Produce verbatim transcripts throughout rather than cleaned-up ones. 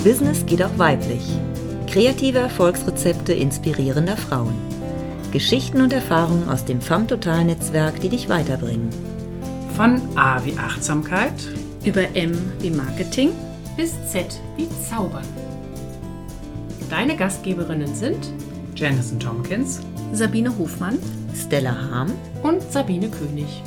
Business geht auch weiblich. Kreative Erfolgsrezepte inspirierender Frauen. Geschichten und Erfahrungen aus dem Femme-Total-Netzwerk, die dich weiterbringen. Von A wie Achtsamkeit, über M wie Marketing bis Z wie Zaubern. Deine Gastgeberinnen sind Janison Tompkins, Sabine Hofmann, Stella Harm und Sabine König.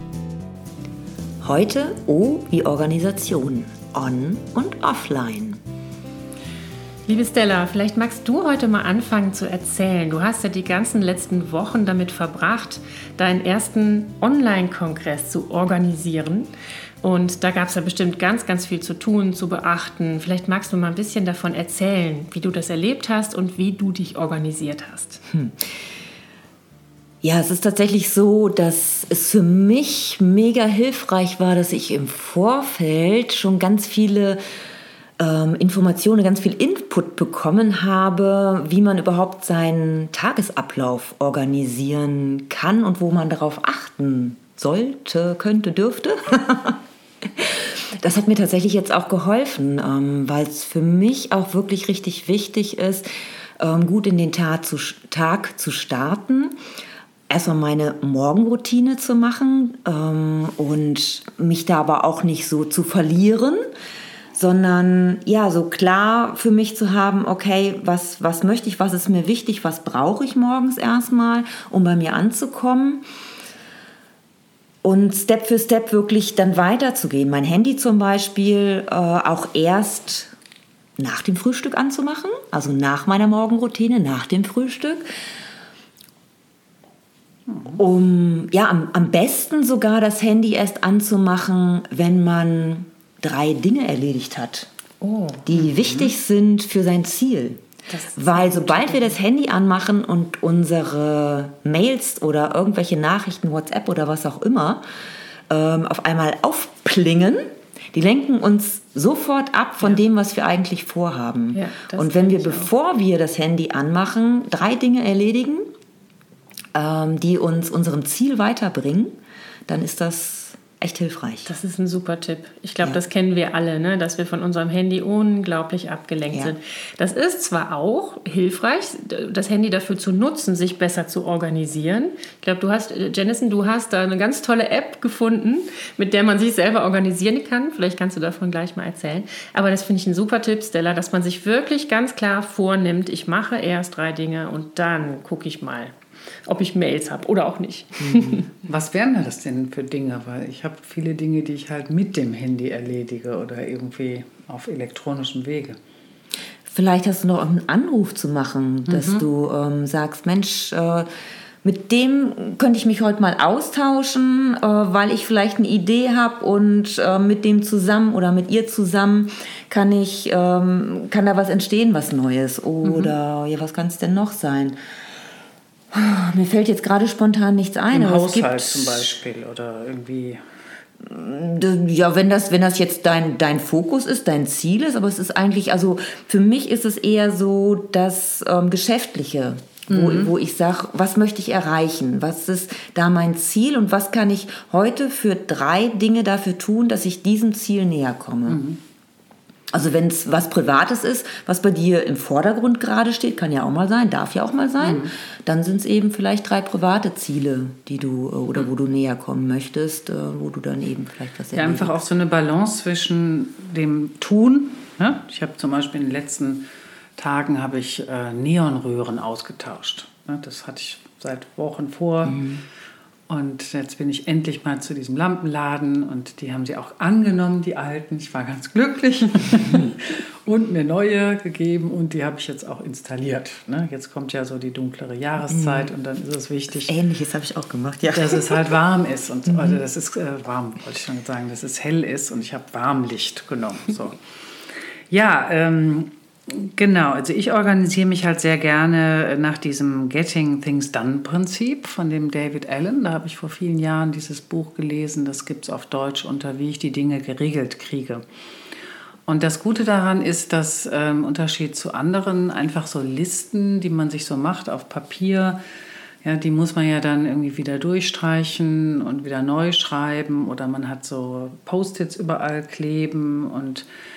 Heute O wie Organisation, on und offline. Liebe Stella, vielleicht magst du heute mal anfangen zu erzählen. Du hast ja die ganzen letzten Wochen damit verbracht, deinen ersten Online-Kongress zu organisieren. Und da gab es ja bestimmt ganz, ganz viel zu tun, zu beachten. Vielleicht magst du mal ein bisschen davon erzählen, wie du das erlebt hast und wie du dich organisiert hast. Hm. Ja, es ist tatsächlich so, dass es für mich mega hilfreich war, dass ich im Vorfeld schon ganz viele ähm, Informationen, ganz viel Input bekommen habe, wie man überhaupt seinen Tagesablauf organisieren kann und wo man darauf achten sollte, könnte, dürfte. Das hat mir tatsächlich jetzt auch geholfen, ähm, weil es für mich auch wirklich richtig wichtig ist, ähm, gut in den Tag zu, Tag zu starten. Erstmal meine Morgenroutine zu machen ähm, und mich da aber auch nicht so zu verlieren, sondern ja, so klar für mich zu haben, okay, was, was möchte ich, was ist mir wichtig, was brauche ich morgens erstmal, um bei mir anzukommen. Und Step für Step wirklich dann weiterzugehen. Mein Handy zum Beispiel äh, auch erst nach dem Frühstück anzumachen, also nach meiner Morgenroutine, nach dem Frühstück. Um ja, am, am besten sogar das Handy erst anzumachen, wenn man drei Dinge erledigt hat, oh. die mhm. wichtig sind für sein Ziel. Weil sobald wir das Handy anmachen und unsere Mails oder irgendwelche Nachrichten, WhatsApp oder was auch immer, ähm, auf einmal aufplingen, die lenken uns sofort ab von ja. dem, was wir eigentlich vorhaben. Ja, und wenn wir, bevor wir das Handy anmachen, drei Dinge erledigen, ähm, die uns unserem Ziel weiterbringen, dann ist das echt hilfreich. Das ist ein super Tipp. Ich glaube, ja. das kennen wir alle, ne? Dass wir von unserem Handy unglaublich abgelenkt ja. sind. Das ist zwar auch hilfreich, das Handy dafür zu nutzen, sich besser zu organisieren. Ich glaube, du hast, Janison, du hast da eine ganz tolle App gefunden, mit der man sich selber organisieren kann. Vielleicht kannst du davon gleich mal erzählen. Aber das finde ich ein super Tipp, Stella, dass man sich wirklich ganz klar vornimmt, ich mache erst drei Dinge und dann gucke ich mal, ob ich Mails habe oder auch nicht. Was wären das denn für Dinge? Weil ich habe viele Dinge, die ich halt mit dem Handy erledige oder irgendwie auf elektronischem Wege. Vielleicht hast du noch einen Anruf zu machen, dass mhm. du ähm, sagst, Mensch, äh, mit dem könnte ich mich heute mal austauschen, äh, weil ich vielleicht eine Idee habe und äh, mit dem zusammen oder mit ihr zusammen kann ich, ähm, kann da was entstehen, was Neues. Oder mhm. ja, was kann es denn noch sein? Mir fällt jetzt gerade spontan nichts ein. Im aber Haushalt es zum gibt, Beispiel oder irgendwie. Ja, wenn das, wenn das jetzt dein, dein Fokus ist, dein Ziel ist, aber es ist eigentlich, also für mich ist es eher so das ähm, Geschäftliche, wo, mhm. wo ich sage, was möchte ich erreichen? Was ist da mein Ziel und was kann ich heute für drei Dinge dafür tun, dass ich diesem Ziel näher komme? Mhm. Also wenn es was Privates ist, was bei dir im Vordergrund gerade steht, kann ja auch mal sein, darf ja auch mal sein, mhm. dann sind es eben vielleicht drei private Ziele, die du oder wo du näher kommen möchtest, wo du dann eben vielleicht was erlebst. Ja, einfach auch so eine Balance zwischen dem Tun. Ne? Ich habe zum Beispiel in den letzten Tagen habe ich äh, Neonröhren ausgetauscht. Ne? Das hatte ich seit Wochen vor. Mhm. Und jetzt bin ich endlich mal zu diesem Lampenladen und die haben sie auch angenommen, die alten. Ich war ganz glücklich und mir neue gegeben und die habe ich jetzt auch installiert. Ne? Jetzt kommt ja so die dunklere Jahreszeit und dann ist es wichtig. Ähnliches habe ich auch gemacht, ja. Dass es halt warm ist und mhm. also das ist äh, warm, wollte ich schon sagen, dass es hell ist und ich habe Warmlicht genommen. So. Ja, ähm, genau, also ich organisiere mich halt sehr gerne nach diesem Getting Things Done-Prinzip von dem David Allen. Da habe ich vor vielen Jahren dieses Buch gelesen, das gibt es auf Deutsch unter Wie ich die Dinge geregelt kriege. Und das Gute daran ist, dass im ähm, Unterschied zu anderen einfach so Listen, die man sich so macht auf Papier, ja, die muss man ja dann irgendwie wieder durchstreichen und wieder neu schreiben oder man hat so Post-its überall kleben und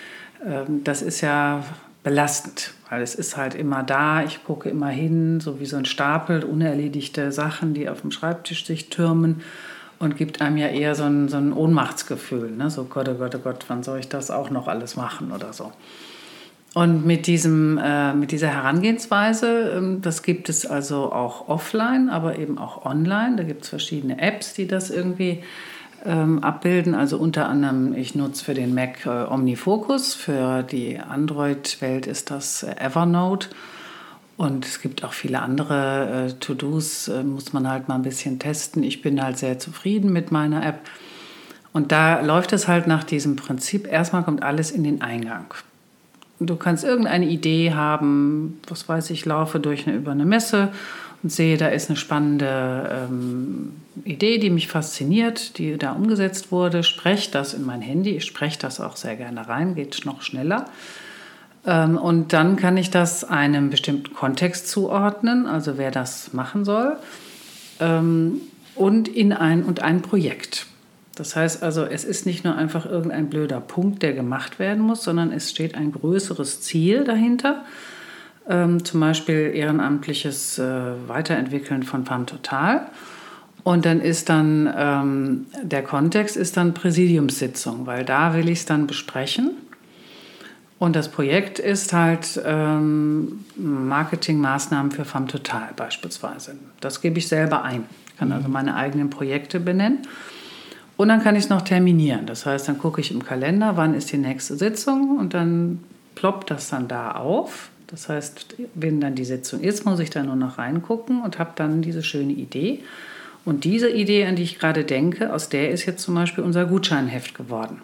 ähm, das ist ja belastend, weil es ist halt immer da, ich gucke immer hin, so wie so ein Stapel, unerledigte Sachen, die auf dem Schreibtisch sich türmen und gibt einem ja eher so ein, so ein Ohnmachtsgefühl, ne? So Gott, oh Gott, oh Gott, wann soll ich das auch noch alles machen oder so. Und mit, diesem, äh, mit dieser Herangehensweise, ähm, das gibt es also auch offline, aber eben auch online. Da gibt es verschiedene Apps, die das irgendwie ähm, abbilden. Also unter anderem, ich nutze für den Mac äh, OmniFocus, für die Android-Welt ist das äh, Evernote. Und es gibt auch viele andere äh, To-Dos, äh, muss man halt mal ein bisschen testen. Ich bin halt sehr zufrieden mit meiner App. Und da läuft es halt nach diesem Prinzip, erstmal kommt alles in den Eingang. Du kannst irgendeine Idee haben, was weiß ich, laufe durch eine, über eine Messe und sehe, da ist eine spannende ähm, Idee, die mich fasziniert, die da umgesetzt wurde. Spreche das in mein Handy, ich spreche das auch sehr gerne rein, geht noch schneller. Ähm, und dann kann ich das einem bestimmten Kontext zuordnen, also wer das machen soll, ähm, und in ein, und ein Projekt. Das heißt also, es ist nicht nur einfach irgendein blöder Punkt, der gemacht werden muss, sondern es steht ein größeres Ziel dahinter. Ähm, zum Beispiel ehrenamtliches äh, Weiterentwickeln von Femme Total. Und dann ist dann, ähm, der Kontext ist dann Präsidiumssitzung, weil da will ich es dann besprechen. Und das Projekt ist halt ähm, Marketingmaßnahmen für Femme Total beispielsweise. Das gebe ich selber ein. Ich kann also meine eigenen Projekte benennen. Und dann kann ich es noch terminieren. Das heißt, dann gucke ich im Kalender, wann ist die nächste Sitzung und dann ploppt das dann da auf. Das heißt, wenn dann die Sitzung ist, muss ich da nur noch reingucken und habe dann diese schöne Idee. Und diese Idee, an die ich gerade denke, aus der ist jetzt zum Beispiel unser Gutscheinheft geworden.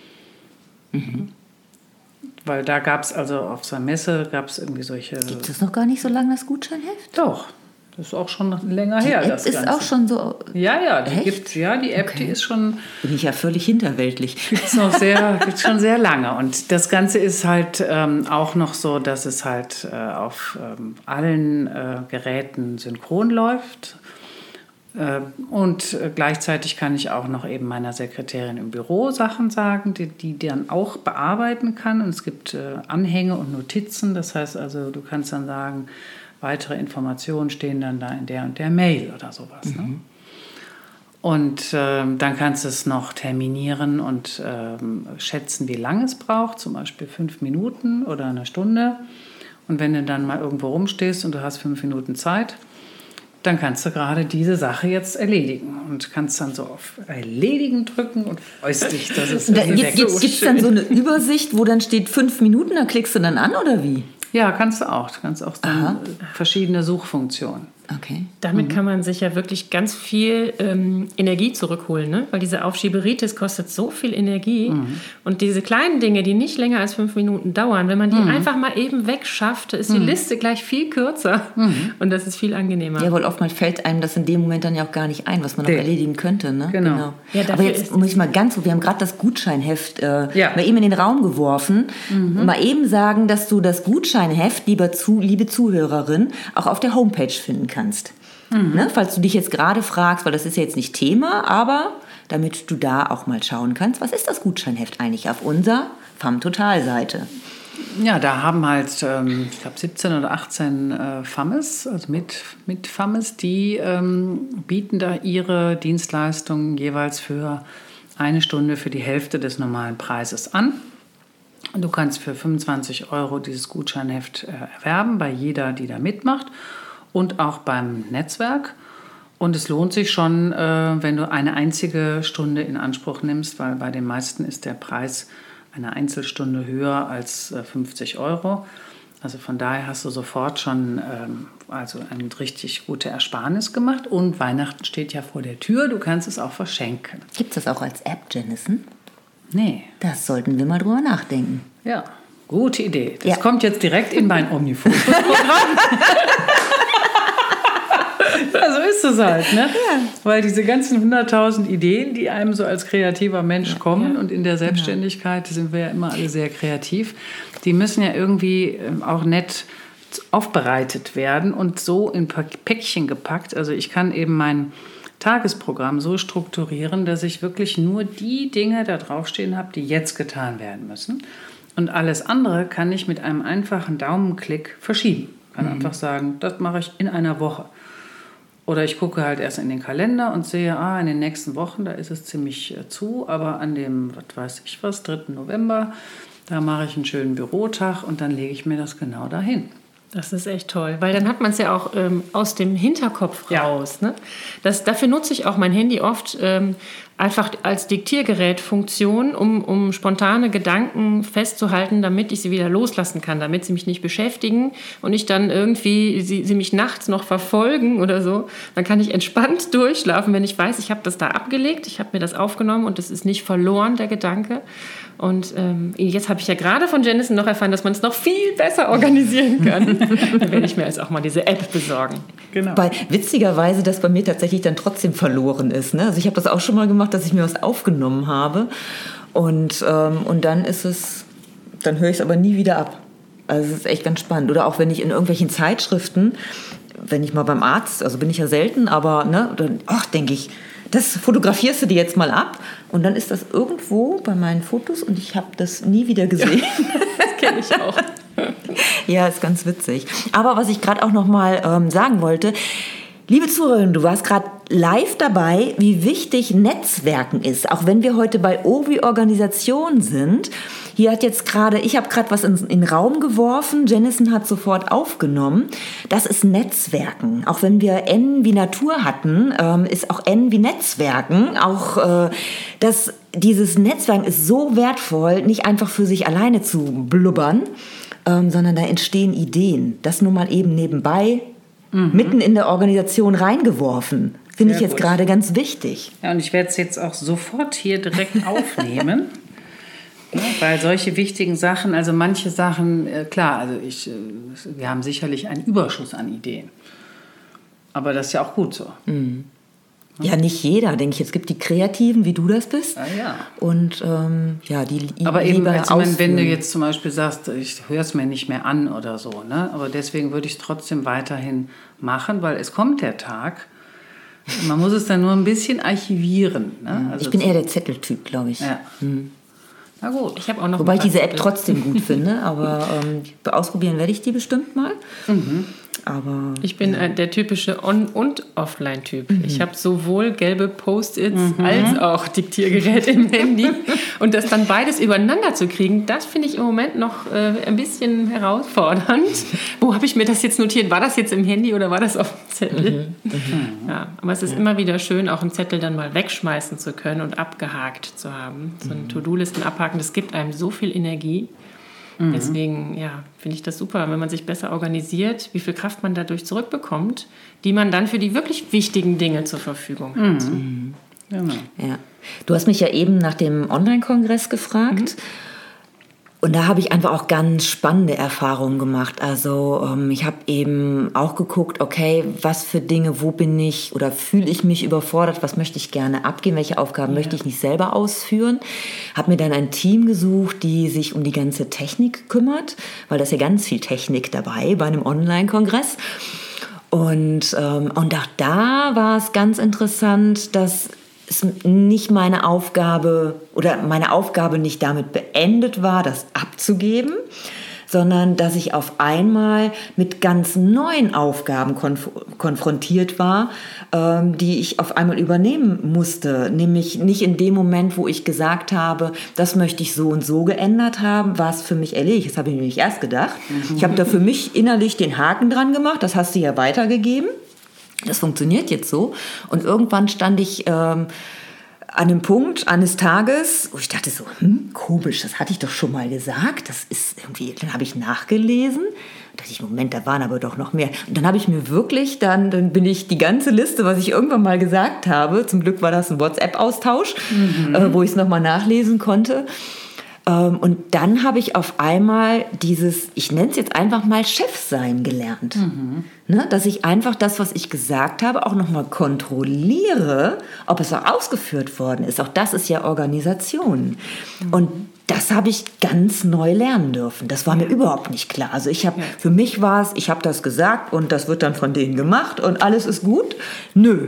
Mhm. Weil da gab es also auf so einer Messe, gab es irgendwie solche... Gibt es noch gar nicht so lange, das Gutscheinheft? Doch. Das ist auch schon länger die her. App das ist Ganze. Auch schon so. Ja, ja, die echt? gibt, ja, die App, okay. die ist schon. Bin ich ja völlig hinterweltlich. Gibt's noch sehr, gibt's schon sehr lange. Und das Ganze ist halt ähm, auch noch so, dass es halt äh, auf ähm, allen äh, Geräten synchron läuft. Äh, und äh, gleichzeitig kann ich auch noch eben meiner Sekretärin im Büro Sachen sagen, die die dann auch bearbeiten kann. Und es gibt äh, Anhänge und Notizen. Das heißt also, du kannst dann sagen, weitere Informationen stehen dann da in der und der Mail oder sowas. Mhm. Ne? Und ähm, dann kannst du es noch terminieren und ähm, schätzen, wie lange es braucht, zum Beispiel fünf Minuten oder eine Stunde. Und wenn du dann mal irgendwo rumstehst und du hast fünf Minuten Zeit, dann kannst du gerade diese Sache jetzt erledigen und kannst dann so auf Erledigen drücken und freust dich, dass es da, Gibt es dann so eine Übersicht, wo dann steht fünf Minuten, da klickst du dann an oder wie? Ja, kannst du auch. Du kannst auch dann Aha. verschiedene Suchfunktionen. Okay. Damit mhm. kann man sich ja wirklich ganz viel ähm, Energie zurückholen, ne? Weil diese Aufschieberitis kostet so viel Energie. Mhm. Und diese kleinen Dinge, die nicht länger als fünf Minuten dauern, wenn man die mhm. einfach mal eben wegschafft, ist die mhm. Liste gleich viel kürzer. Mhm. Und das ist viel angenehmer. Ja, weil oftmals fällt einem das in dem Moment dann ja auch gar nicht ein, was man noch erledigen könnte. Ne? Genau. genau. Ja, aber jetzt muss ich mal ganz so, wir haben gerade das Gutscheinheft äh, ja. mal eben in den Raum geworfen. Mhm. Mal eben sagen, dass du das Gutscheinheft, lieber zu, liebe Zuhörerin, auch auf der Homepage finden kannst. Mhm. Ne? Falls du dich jetzt gerade fragst, weil das ist ja jetzt nicht Thema, aber damit du da auch mal schauen kannst, was ist das Gutscheinheft eigentlich auf unserer Femme Total Seite? Ja, da haben halt, ähm, ich glaube, siebzehn oder achtzehn äh, Femmes, also mit, mit Femmes, die ähm, bieten da ihre Dienstleistungen jeweils für eine Stunde für die Hälfte des normalen Preises an. Du kannst für fünfundzwanzig Euro dieses Gutscheinheft äh, erwerben, bei jeder, die da mitmacht. Und auch beim Netzwerk. Und es lohnt sich schon, äh, wenn du eine einzige Stunde in Anspruch nimmst, weil bei den meisten ist der Preis einer Einzelstunde höher als äh, fünfzig Euro. Also von daher hast du sofort schon ähm, also eine richtig gute Ersparnis gemacht. Und Weihnachten steht ja vor der Tür, du kannst es auch verschenken. Gibt es das auch als App, Jennison? Nee. Das sollten wir mal drüber nachdenken. Ja, gute Idee. Das ja. kommt jetzt direkt in mein OmniFocus-Programm. Ja, so ist es halt, ne? Ja. Weil diese ganzen hunderttausend Ideen, die einem so als kreativer Mensch ja, kommen, ja. und in der Selbstständigkeit sind wir ja immer alle sehr kreativ, die müssen ja irgendwie auch nett aufbereitet werden und so in Päckchen gepackt. Also ich kann eben mein Tagesprogramm so strukturieren, dass ich wirklich nur die Dinge da draufstehen habe, die jetzt getan werden müssen. Und alles andere kann ich mit einem einfachen Daumenklick verschieben. Ich kann mhm. einfach sagen, das mache ich in einer Woche. Oder ich gucke halt erst in den Kalender und sehe, ah, in den nächsten Wochen, da ist es ziemlich äh, zu, aber an dem, was weiß ich was, dritten November, da mache ich einen schönen Bürotag und dann lege ich mir das genau dahin. Das ist echt toll, weil dann hat man es ja auch ähm, aus dem Hinterkopf raus. Ja. Ne? Das, dafür nutze ich auch mein Handy oft ähm, einfach als Diktiergerätfunktion, um, um spontane Gedanken festzuhalten, damit ich sie wieder loslassen kann, damit sie mich nicht beschäftigen und ich dann irgendwie, sie, sie mich nachts noch verfolgen oder so. Dann kann ich entspannt durchschlafen, wenn ich weiß, ich habe das da abgelegt, ich habe mir das aufgenommen und es ist nicht verloren, der Gedanke. Und ähm, jetzt habe ich ja gerade von Jennison noch erfahren, dass man es noch viel besser organisieren kann. Dann werde ich mir jetzt auch mal diese App besorgen. Genau. Weil witzigerweise das bei mir tatsächlich dann trotzdem verloren ist. Ne? Also ich habe das auch schon mal gemacht, dass ich mir was aufgenommen habe und, ähm, und dann ist es, dann höre ich es aber nie wieder ab. Also es ist echt ganz spannend. Oder auch wenn ich in irgendwelchen Zeitschriften, wenn ich mal beim Arzt, also bin ich ja selten, aber ne, dann ach, denke ich, das fotografierst du dir jetzt mal ab und dann ist das irgendwo bei meinen Fotos und ich habe das nie wieder gesehen. Das kenne ich auch. Ja, ist ganz witzig. Aber was ich gerade auch noch mal ähm, sagen wollte, liebe Zuhörerinnen, du warst gerade live dabei, wie wichtig Netzwerken ist. Auch wenn wir heute bei O wie Organisation sind. Hier hat jetzt gerade, ich habe gerade was in, in den Raum geworfen, Jennison hat sofort aufgenommen. Das ist Netzwerken. Auch wenn wir N wie Natur hatten, ähm, ist auch N wie Netzwerken. Auch äh, das, dieses Netzwerken ist so wertvoll, nicht einfach für sich alleine zu blubbern, ähm, sondern da entstehen Ideen. Das nur mal eben nebenbei, mhm. mitten in der Organisation reingeworfen. Finde ich jetzt gerade ganz wichtig. Ja, und ich werde es jetzt auch sofort hier direkt aufnehmen. Ja, weil solche wichtigen Sachen, also manche Sachen, äh, klar, also ich, äh, wir haben sicherlich einen Überschuss an Ideen. Aber das ist ja auch gut so. Mhm. Ja, nicht jeder, denke ich. Es gibt die Kreativen, wie du das bist. Ah, ja. Und ähm, ja, die Aber eben, also, wenn du jetzt zum Beispiel sagst, ich höre es mir nicht mehr an oder so, ne? Aber deswegen würde ich es trotzdem weiterhin machen, weil es kommt der Tag. Man muss es dann nur ein bisschen archivieren. Ne? Also ich bin eher der Zetteltyp, glaube ich. Ja. Mhm. Na gut. Ich habe auch noch Wobei ich diese App trotzdem gut finde, aber ähm, ausprobieren werde ich die bestimmt mal. Mhm. Aber, ich bin ja. der typische On- und Offline-Typ. Mhm. Ich habe sowohl gelbe Post-its mhm. als auch Diktiergerät im Handy. Und das dann beides übereinander zu kriegen, das finde ich im Moment noch äh, ein bisschen herausfordernd. Wo habe ich mir das jetzt notiert? War das jetzt im Handy oder war das auf dem Zettel? Mhm. Mhm. Ja, aber es ist ja. immer wieder schön, auch einen Zettel dann mal wegschmeißen zu können und abgehakt zu haben. So ein To-Do-Listen abhaken, das gibt einem so viel Energie. Mhm. Deswegen, ja, finde ich das super, wenn man sich besser organisiert, wie viel Kraft man dadurch zurückbekommt, die man dann für die wirklich wichtigen Dinge zur Verfügung hat. Mhm. Genau. Ja. Du hast mich ja eben nach dem Online-Kongress gefragt. Mhm. Und da habe ich einfach auch ganz spannende Erfahrungen gemacht. Also ähm, ich habe eben auch geguckt, okay, was für Dinge, wo bin ich oder fühle ich mich überfordert, was möchte ich gerne abgeben, welche Aufgaben ja. möchte ich nicht selber ausführen. Habe mir dann ein Team gesucht, die sich um die ganze Technik kümmert, weil da ist ja ganz viel Technik dabei bei einem Online-Kongress. Und, ähm, und auch da war es ganz interessant, dass es nicht meine Aufgabe oder meine Aufgabe nicht damit beendet war, das abzugeben, sondern dass ich auf einmal mit ganz neuen Aufgaben konf- konfrontiert war, ähm, die ich auf einmal übernehmen musste. Nämlich nicht in dem Moment, wo ich gesagt habe, das möchte ich so und so geändert haben, war es für mich erledigt. Das habe ich mir nicht erst gedacht. Mhm. Ich habe da für mich innerlich den Haken dran gemacht, das hast du ja weitergegeben. Das funktioniert jetzt so. Und irgendwann stand ich ähm, an einem Punkt eines Tages, wo ich dachte so, hm, komisch, das hatte ich doch schon mal gesagt. Das ist irgendwie, dann habe ich nachgelesen. Da dachte ich, Moment, da waren aber doch noch mehr. Und dann habe ich mir wirklich, dann, dann bin ich die ganze Liste, was ich irgendwann mal gesagt habe, zum Glück war das ein WhatsApp-Austausch, mhm. äh, wo ich es nochmal nachlesen konnte. Und dann habe ich auf einmal dieses, ich nenne es jetzt einfach mal Chefsein gelernt. Mhm. Ne, dass ich einfach das, was ich gesagt habe, auch nochmal kontrolliere, ob es auch ausgeführt worden ist. Auch das ist ja Organisation. Mhm. Und das habe ich ganz neu lernen dürfen. Das war mir überhaupt nicht klar. Also ich habe, ja. für mich war es, ich habe das gesagt und das wird dann von denen gemacht und alles ist gut. Nö.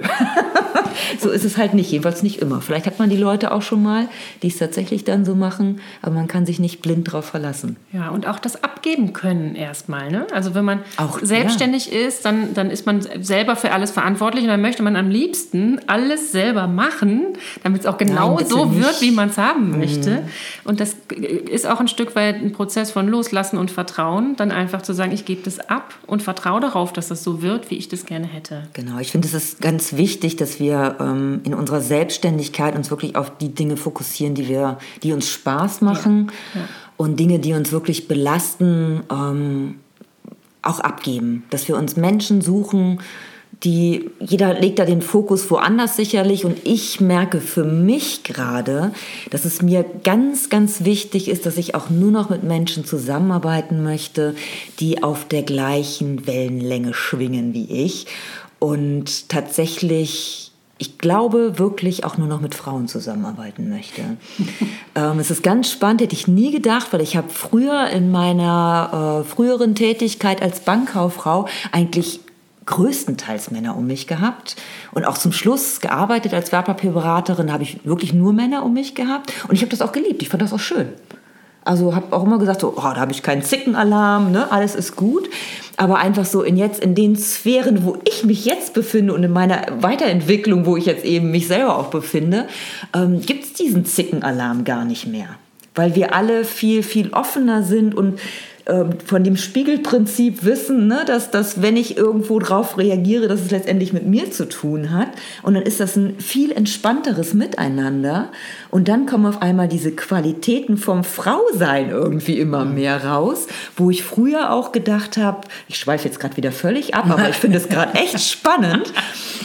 So ist es halt nicht, jedenfalls nicht immer. Vielleicht hat man die Leute auch schon mal, die es tatsächlich dann so machen, aber man kann sich nicht blind drauf verlassen. Ja, und auch das abgeben können erstmal. Ne? Also wenn man auch, selbstständig ja. ist, dann, dann ist man selber für alles verantwortlich und dann möchte man am liebsten alles selber machen, damit es auch genau Nein, so nicht. wird, wie man es haben möchte. Mhm. Und das ist auch ein Stück weit ein Prozess von Loslassen und Vertrauen, dann einfach zu sagen, ich gebe das ab und vertraue darauf, dass das so wird, wie ich das gerne hätte. Genau, ich finde, es ist ganz wichtig, dass wir ähm, in unserer Selbstständigkeit uns wirklich auf die Dinge fokussieren, die wir, die uns Spaß machen ja. Ja. und Dinge, die uns wirklich belasten, ähm, auch abgeben. Dass wir uns Menschen suchen, die, jeder legt da den Fokus woanders sicherlich und ich merke für mich gerade, dass es mir ganz, ganz wichtig ist, dass ich auch nur noch mit Menschen zusammenarbeiten möchte, die auf der gleichen Wellenlänge schwingen wie ich und tatsächlich, ich glaube, wirklich auch nur noch mit Frauen zusammenarbeiten möchte. ähm, es ist ganz spannend, hätte ich nie gedacht, weil ich habe früher in meiner äh, früheren Tätigkeit als Bankkauffrau eigentlich größtenteils Männer um mich gehabt und auch zum Schluss gearbeitet als Wertpapierberaterin habe ich wirklich nur Männer um mich gehabt und ich habe das auch geliebt, ich fand das auch schön. Also habe auch immer gesagt, so, oh, da habe ich keinen Zickenalarm, ne? Alles ist gut. Aber einfach so in jetzt in den Sphären, wo ich mich jetzt befinde und in meiner Weiterentwicklung, wo ich jetzt eben mich selber auch befinde, ähm, gibt es diesen Zickenalarm gar nicht mehr. Weil wir alle viel, viel offener sind und von dem Spiegelprinzip wissen, ne, dass, dass wenn ich irgendwo drauf reagiere, dass es letztendlich mit mir zu tun hat. Und dann ist das ein viel entspannteres Miteinander. Und dann kommen auf einmal diese Qualitäten vom Frausein irgendwie immer mehr raus, wo ich früher auch gedacht habe, ich schweife jetzt gerade wieder völlig ab, aber ich finde es gerade echt spannend,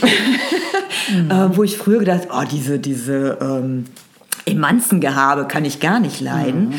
mhm. äh, wo ich früher gedacht habe, oh, diese, diese ähm, Emanzengehabe kann ich gar nicht leiden. Mhm.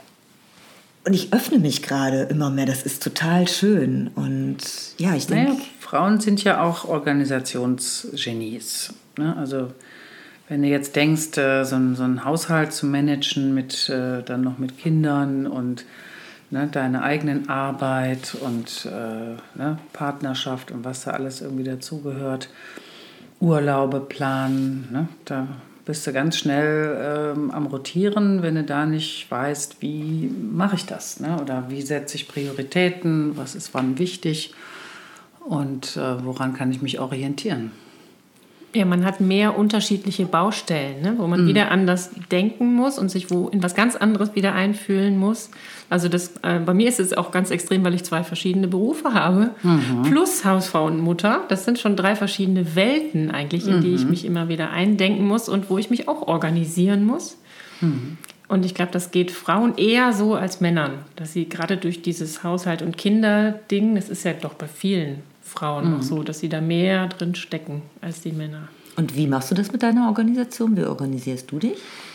Und ich öffne mich gerade immer mehr. Das ist total schön. Und ja, ich denke... Naja, Frauen sind ja auch Organisationsgenies. Ne? Also wenn du jetzt denkst, so einen, so einen Haushalt zu managen, mit, dann noch mit Kindern und ne, deine eigenen Arbeit und äh, ne, Partnerschaft und was da alles irgendwie dazugehört, Urlaube planen, ne? Da bist du ganz schnell ähm, am Rotieren, wenn du da nicht weißt, wie mache ich das, ne? Oder wie setze ich Prioritäten, was ist wann wichtig und äh, woran kann ich mich orientieren. Ja, man hat mehr unterschiedliche Baustellen, ne? Wo man mhm. wieder anders denken muss und sich wo in was ganz anderes wieder einfühlen muss. Also das, äh, bei mir ist es auch ganz extrem, weil ich zwei verschiedene Berufe habe, mhm. plus Hausfrau und Mutter. Das sind schon drei verschiedene Welten eigentlich, in mhm. die ich mich immer wieder eindenken muss und wo ich mich auch organisieren muss. Mhm. Und ich glaube, das geht Frauen eher so als Männern, dass sie gerade durch dieses Haushalt- und Kinderding, das ist ja doch bei vielen Frauen mhm. auch so, dass sie da mehr drin stecken als die Männer. Und wie machst du das mit deiner Organisation? Wie organisierst du dich?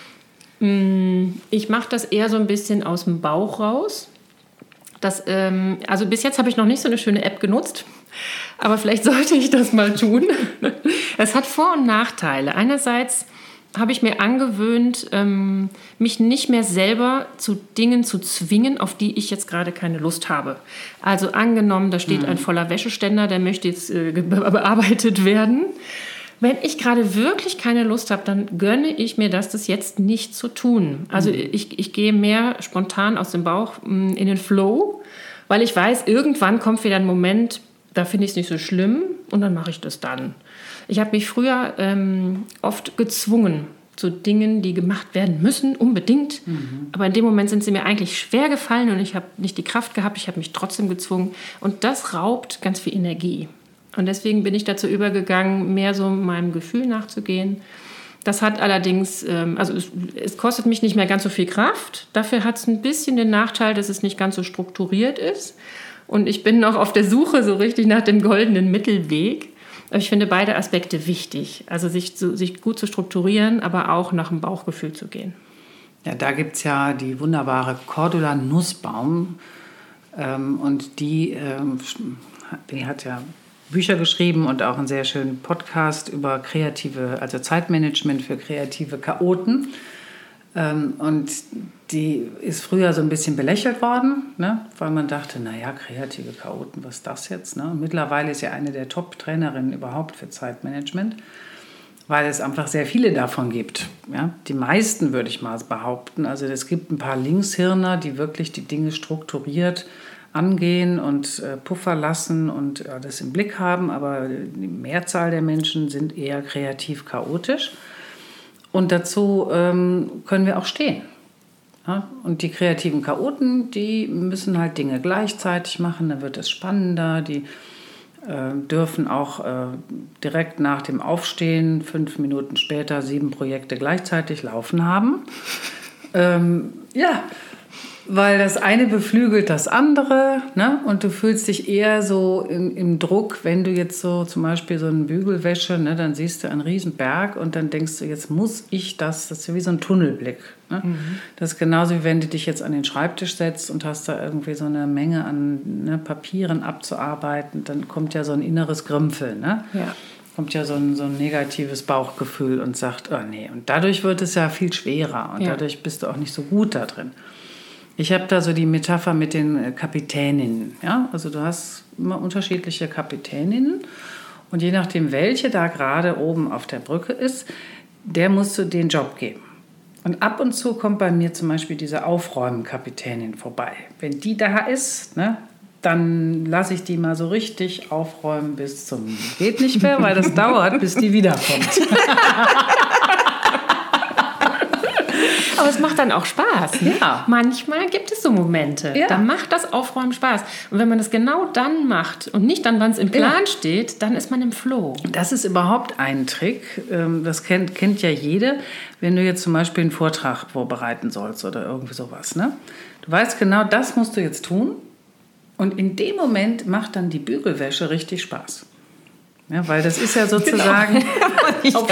Ich mache das eher so ein bisschen aus dem Bauch raus. Das, ähm, also bis jetzt habe ich noch nicht so eine schöne App genutzt, aber vielleicht sollte ich das mal tun. Es hat Vor- und Nachteile. Einerseits habe ich mir angewöhnt, ähm, mich nicht mehr selber zu Dingen zu zwingen, auf die ich jetzt gerade keine Lust habe. Also angenommen, da steht mhm. ein voller Wäscheständer, der möchte jetzt äh, bearbeitet werden. Wenn ich gerade wirklich keine Lust habe, dann gönne ich mir das, das jetzt nicht zu tun. Also mhm. ich, ich gehe mehr spontan aus dem Bauch mh, in den Flow, weil ich weiß, irgendwann kommt wieder ein Moment, da finde ich es nicht so schlimm und dann mache ich das dann. Ich habe mich früher ähm, oft gezwungen zu Dingen, die gemacht werden müssen, unbedingt. Mhm. Aber in dem Moment sind sie mir eigentlich schwer gefallen und ich habe nicht die Kraft gehabt, ich habe mich trotzdem gezwungen. Und das raubt ganz viel Energie. Und deswegen bin ich dazu übergegangen, mehr so meinem Gefühl nachzugehen. Das hat allerdings, ähm, also es, es kostet mich nicht mehr ganz so viel Kraft. Dafür hat es ein bisschen den Nachteil, dass es nicht ganz so strukturiert ist. Und ich bin noch auf der Suche so richtig nach dem goldenen Mittelweg. Aber ich finde beide Aspekte wichtig. Also sich, zu, sich gut zu strukturieren, aber auch nach dem Bauchgefühl zu gehen. Ja, da gibt es ja die wunderbare Cordula Nussbaum. Ähm, und die, ähm, die hat ja Bücher geschrieben und auch einen sehr schönen Podcast über kreative, also Zeitmanagement für kreative Chaoten. Ähm, und die ist früher so ein bisschen belächelt worden, ne? Weil man dachte, naja, kreative Chaoten, was ist das jetzt? Ne? Und mittlerweile ist sie eine der Top-Trainerinnen überhaupt für Zeitmanagement, weil es einfach sehr viele davon gibt. Ja? Die meisten, würde ich mal behaupten. Also es gibt ein paar Linkshirner, die wirklich die Dinge strukturiert angehen und äh, Puffer lassen und äh, das im Blick haben, aber die Mehrzahl der Menschen sind eher kreativ chaotisch. Und dazu ähm, können wir auch stehen. Ja? Und die kreativen Chaoten, die müssen halt Dinge gleichzeitig machen, dann wird es spannender. Die äh, dürfen auch äh, direkt nach dem Aufstehen, fünf Minuten später, sieben Projekte gleichzeitig laufen haben. ähm, ja, weil das eine beflügelt das andere, ne? Und du fühlst dich eher so im, im Druck, wenn du jetzt so zum Beispiel so eine Bügelwäsche, ne, dann siehst du einen riesen Berg und dann denkst du, jetzt muss ich das, das ist ja wie so ein Tunnelblick. Ne? Mhm. Das ist genauso, wie wenn du dich jetzt an den Schreibtisch setzt und hast da irgendwie so eine Menge an ne, Papieren abzuarbeiten, dann kommt ja so ein inneres Grümpfeln, ne? Ja. Kommt ja so ein, so ein negatives Bauchgefühl und sagt, oh nee, und dadurch wird es ja viel schwerer und ja. dadurch bist du auch nicht so gut da drin. Ich habe da so die Metapher mit den Kapitäninnen. Ja? Also du hast immer unterschiedliche Kapitäninnen und je nachdem, welche da gerade oben auf der Brücke ist, der musst du den Job geben. Und ab und zu kommt bei mir zum Beispiel diese Aufräumen-Kapitänin vorbei. Wenn die da ist, ne, dann lasse ich die mal so richtig aufräumen bis zum geht nicht mehr, weil das dauert, bis die wiederkommt. Aber es macht dann auch Spaß. Ja. Manchmal gibt es so Momente, ja. da macht das Aufräumen Spaß. Und wenn man das genau dann macht und nicht dann, wann es im Plan ja. steht, dann ist man im Flow. Das ist überhaupt ein Trick. Das kennt, kennt ja jede, wenn du jetzt zum Beispiel einen Vortrag vorbereiten sollst oder irgendwie sowas. Ne? Du weißt genau, das musst du jetzt tun. Und in dem Moment macht dann die Bügelwäsche richtig Spaß. Ja, weil das ist ja sozusagen... Genau.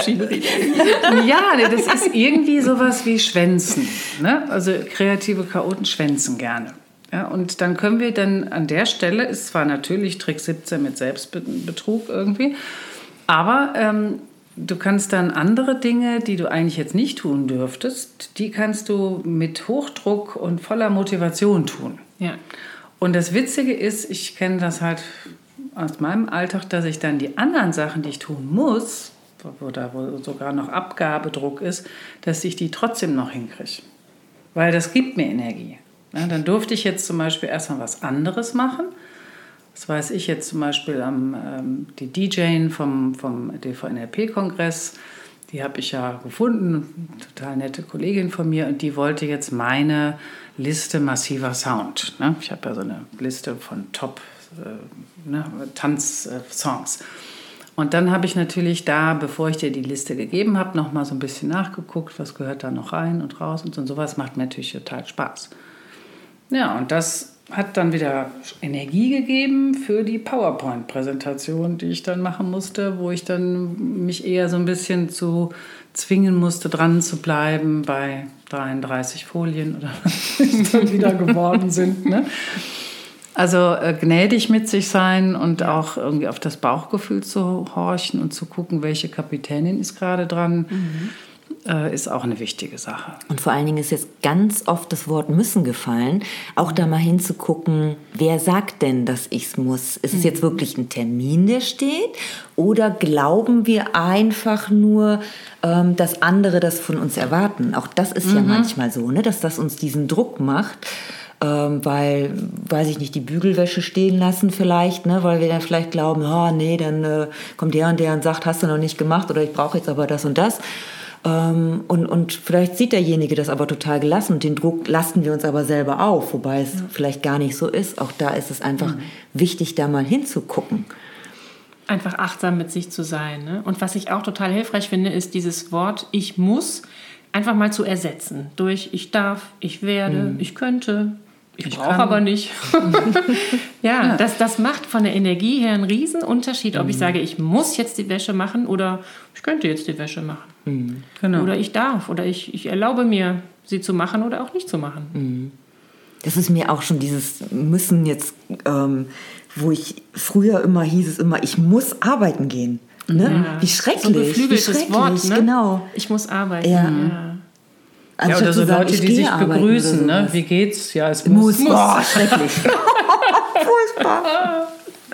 Ja, das ist irgendwie sowas wie Schwänzen. Ne? Also kreative Chaoten schwänzen gerne. Ja, und dann können wir dann an der Stelle, ist zwar natürlich Trick siebzehn mit Selbstbetrug irgendwie, aber ähm, du kannst dann andere Dinge, die du eigentlich jetzt nicht tun dürftest, die kannst du mit Hochdruck und voller Motivation tun. Ja. Und das Witzige ist, ich kenne das halt aus meinem Alltag, dass ich dann die anderen Sachen, die ich tun muss, wo, da, wo sogar noch Abgabedruck ist, dass ich die trotzdem noch hinkriege. Weil das gibt mir Energie. Ja, dann durfte ich jetzt zum Beispiel erstmal was anderes machen. Das weiß ich jetzt zum Beispiel am ähm, die D J vom, vom D V N L P-Kongress, die habe ich ja gefunden, total nette Kollegin von mir, und die wollte jetzt meine Liste massiver Sound. Ne? Ich habe ja so eine Liste von Top äh, ne, Tanzsongs. Äh, und dann habe ich natürlich da, bevor ich dir die Liste gegeben habe, noch mal so ein bisschen nachgeguckt, was gehört da noch rein und raus und so. Und sowas macht mir natürlich total Spaß. Ja, und das hat dann wieder Energie gegeben für die PowerPoint-Präsentation, die ich dann machen musste, wo ich dann mich eher so ein bisschen zu zwingen musste, dran zu bleiben bei dreiunddreißig Folien oder was es dann wieder geworden sind. Ne? Also äh, gnädig mit sich sein und auch irgendwie auf das Bauchgefühl zu horchen und zu gucken, welche Kapitänin ist gerade dran. Mhm. Ist auch eine wichtige Sache. Und vor allen Dingen ist jetzt ganz oft das Wort müssen gefallen, auch da mal hinzugucken, wer sagt denn, dass ich es muss? Ist es jetzt wirklich ein Termin, der steht? Oder glauben wir einfach nur, ähm, dass andere das von uns erwarten? Auch das ist mhm. ja manchmal so, ne? Dass das uns diesen Druck macht. Ähm, weil, weiß ich nicht, die Bügelwäsche stehen lassen vielleicht, ne? Weil wir dann vielleicht glauben, oh, nee, dann äh, kommt der und der und sagt, hast du noch nicht gemacht oder ich brauche jetzt aber das und das. Ähm, und, und vielleicht sieht derjenige das aber total gelassen und den Druck lasten wir uns aber selber auf, wobei es ja. vielleicht gar nicht so ist. Auch da ist es einfach mhm. wichtig, da mal hinzugucken. Einfach achtsam mit sich zu sein. Ne? Und was ich auch total hilfreich finde, ist dieses Wort ich muss einfach mal zu ersetzen durch ich darf, ich werde, mhm. ich könnte. Ich, ich brauche aber nicht. ja, ja. Das, das macht von der Energie her einen riesen Unterschied, ob mhm. ich sage, ich muss jetzt die Wäsche machen oder ich könnte jetzt die Wäsche machen. Mhm. Genau. Oder ich darf oder ich, ich erlaube mir, sie zu machen oder auch nicht zu machen. Mhm. Das ist mir auch schon dieses Müssen jetzt, ähm, wo ich früher immer hieß es immer, ich muss arbeiten gehen. Ne? Ja. Wie schrecklich. So ein geflügeltes Wie schrecklich. Wort, ne? Genau. Ich muss arbeiten. Ja. ja. Ja, oder so Leute, die sich begrüßen, ne? Wie geht's? Ja, es muss. Muss, boah, schrecklich. Furchtbar.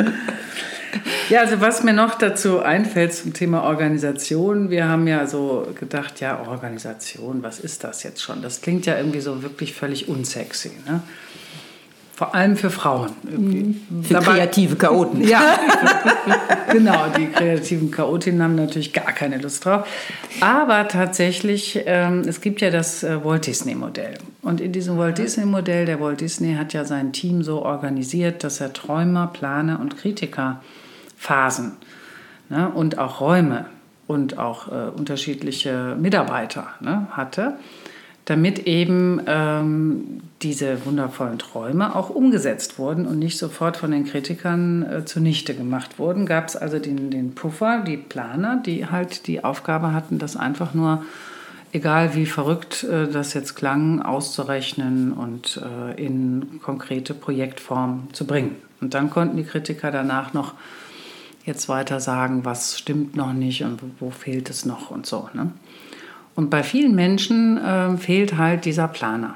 Ja, also was mir noch dazu einfällt zum Thema Organisation, wir haben ja so gedacht, ja, Organisation, was ist das jetzt schon? Das klingt ja irgendwie so wirklich völlig unsexy, ne? Vor allem für Frauen. Irgendwie. Für Dabei, kreative Chaoten. Ja, genau, die kreativen Chaotinnen haben natürlich gar keine Lust drauf. Aber tatsächlich, ähm, es gibt ja das äh, Walt Disney-Modell. Und in diesem Walt Disney-Modell, der Walt Disney hat ja sein Team so organisiert, dass er Träumer, Planer und Kritikerphasen, ne, und auch Räume und auch äh, unterschiedliche Mitarbeiter, ne, hatte, damit eben ähm, diese wundervollen Träume auch umgesetzt wurden und nicht sofort von den Kritikern äh, zunichte gemacht wurden. Gab es also den, den Puffer, die Planer, die halt die Aufgabe hatten, das einfach nur, egal wie verrückt äh, das jetzt klang, auszurechnen und äh, in konkrete Projektform zu bringen. Und dann konnten die Kritiker danach noch jetzt weiter sagen, was stimmt noch nicht und wo, wo fehlt es noch und so, ne? Und bei vielen Menschen äh, fehlt halt dieser Planer.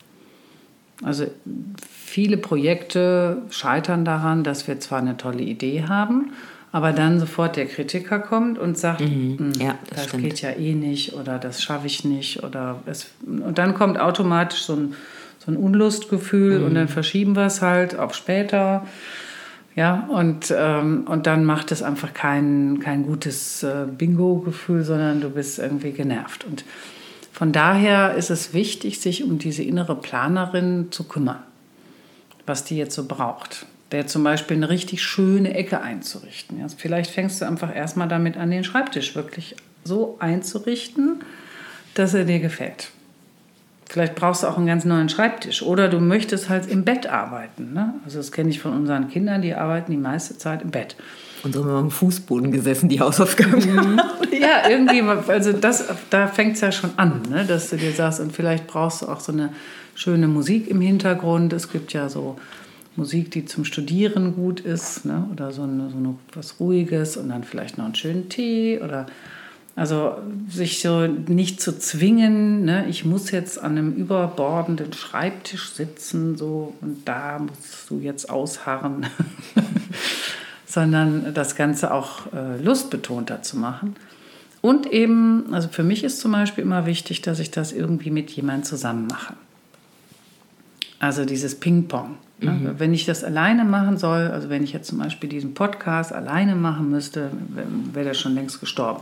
Also viele Projekte scheitern daran, dass wir zwar eine tolle Idee haben, aber dann sofort der Kritiker kommt und sagt, mhm. ja, das, das geht ja eh nicht oder das schaffe ich nicht. Oder es, und dann kommt automatisch so ein, so ein Unlustgefühl, mhm. und dann verschieben wir es halt auf später. Ja, und, ähm, und dann macht es einfach kein, kein gutes äh, Bingo-Gefühl, sondern du bist irgendwie genervt. Und von daher ist es wichtig, sich um diese innere Planerin zu kümmern, was die jetzt so braucht. Der zum Beispiel eine richtig schöne Ecke einzurichten. Ja, vielleicht fängst du einfach erstmal damit an, den Schreibtisch wirklich so einzurichten, dass er dir gefällt. Vielleicht brauchst du auch einen ganz neuen Schreibtisch. Oder du möchtest halt im Bett arbeiten. Ne? Also das kenne ich von unseren Kindern, die arbeiten die meiste Zeit im Bett. Und so haben wir am Fußboden gesessen, die Hausaufgaben gemacht. Ja, irgendwie, also das, da fängt es ja schon an, ne? Dass du dir sagst, und vielleicht brauchst du auch so eine schöne Musik im Hintergrund. Es gibt ja so Musik, die zum Studieren gut ist, ne? Oder so, eine, so eine, was Ruhiges und dann vielleicht noch einen schönen Tee oder... Also sich so nicht zu zwingen, ne? Ich muss jetzt an einem überbordenden Schreibtisch sitzen so, und da musst du jetzt ausharren, sondern das Ganze auch äh, lustbetonter zu machen. Und eben, also für mich ist zum Beispiel immer wichtig, dass ich das irgendwie mit jemandem zusammen mache. Also dieses Ping-Pong. Ne? Mhm. Wenn ich das alleine machen soll, also wenn ich jetzt zum Beispiel diesen Podcast alleine machen müsste, wäre der schon längst gestorben.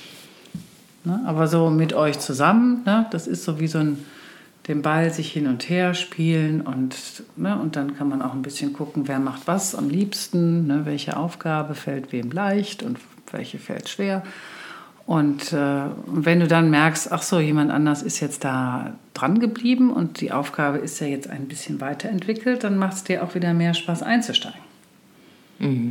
Ne? Aber so mit euch zusammen, ne? Das ist so wie so ein, den Ball sich hin und her spielen und, ne? Und dann kann man auch ein bisschen gucken, wer macht was am liebsten, ne? Welche Aufgabe fällt wem leicht und welche fällt schwer. Und äh, wenn du dann merkst, ach so, jemand anders ist jetzt da dran geblieben und die Aufgabe ist ja jetzt ein bisschen weiterentwickelt, dann macht es dir auch wieder mehr Spaß einzusteigen. Mhm.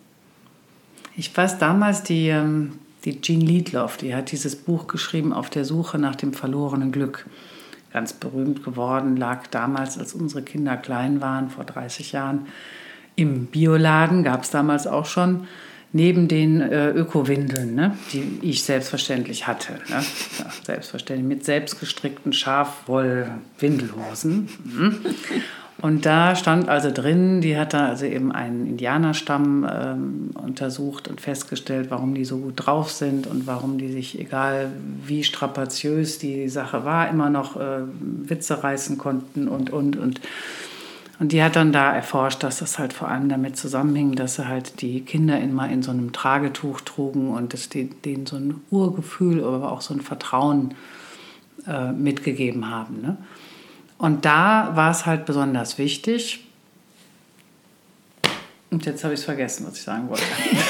Ich weiß damals, die... Ähm, Die Jean Liedloff, die hat dieses Buch geschrieben, Auf der Suche nach dem verlorenen Glück. Ganz berühmt geworden, lag damals, als unsere Kinder klein waren, vor dreißig Jahren, im Bioladen, gab es damals auch schon, neben den äh, Öko-Windeln, ne, die ich selbstverständlich hatte. Ne? Ja, selbstverständlich mit selbstgestrickten Schafwoll-Windelhosen. Mhm. Und da stand also drin, die hat da also eben einen Indianerstamm ähm, untersucht und festgestellt, warum die so gut drauf sind und warum die sich, egal wie strapaziös die Sache war, immer noch äh, Witze reißen konnten und, und, und. Und die hat dann da erforscht, dass das halt vor allem damit zusammenhing, dass sie halt die Kinder immer in so einem Tragetuch trugen und dass die, denen so ein Urgefühl, aber auch so ein Vertrauen äh, mitgegeben haben, ne? Und da war es halt besonders wichtig. Und jetzt habe ich es vergessen, was ich sagen wollte.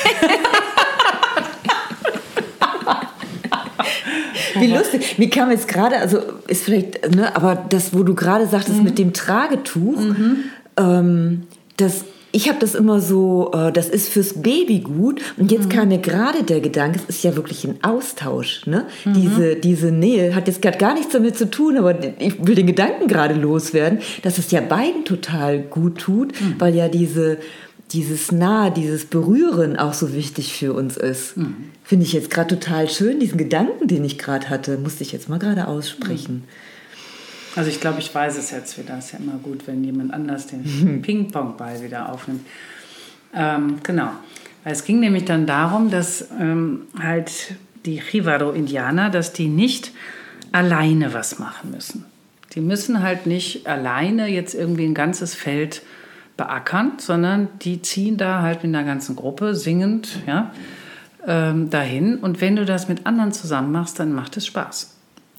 Wie lustig. Mir kam jetzt gerade, also ist vielleicht, ne, aber das, wo du gerade sagtest, mhm. mit dem Tragetuch, mhm. ähm, das... Ich habe das immer so, äh, das ist fürs Baby gut. Und jetzt mhm. kam mir gerade der Gedanke, es ist ja wirklich ein Austausch. Ne? Mhm. Diese, diese Nähe hat jetzt gerade gar nichts damit zu tun, aber ich will den Gedanken gerade loswerden, dass es ja beiden total gut tut, mhm. weil ja diese dieses Nah, dieses Berühren auch so wichtig für uns ist. Mhm. Finde ich jetzt gerade total schön, diesen Gedanken, den ich gerade hatte, musste ich jetzt mal gerade aussprechen. Also ich glaube, ich weiß es jetzt wieder. Es ist ja immer gut, wenn jemand anders den Ping-Pong-Ball wieder aufnimmt. Ähm, genau. Es ging nämlich dann darum, dass ähm, halt die Jivaro-Indianer, dass die nicht alleine was machen müssen. Die müssen halt nicht alleine jetzt irgendwie ein ganzes Feld beackern, sondern die ziehen da halt mit einer ganzen Gruppe singend ja, ähm, dahin. Und wenn du das mit anderen zusammen machst, dann macht es Spaß.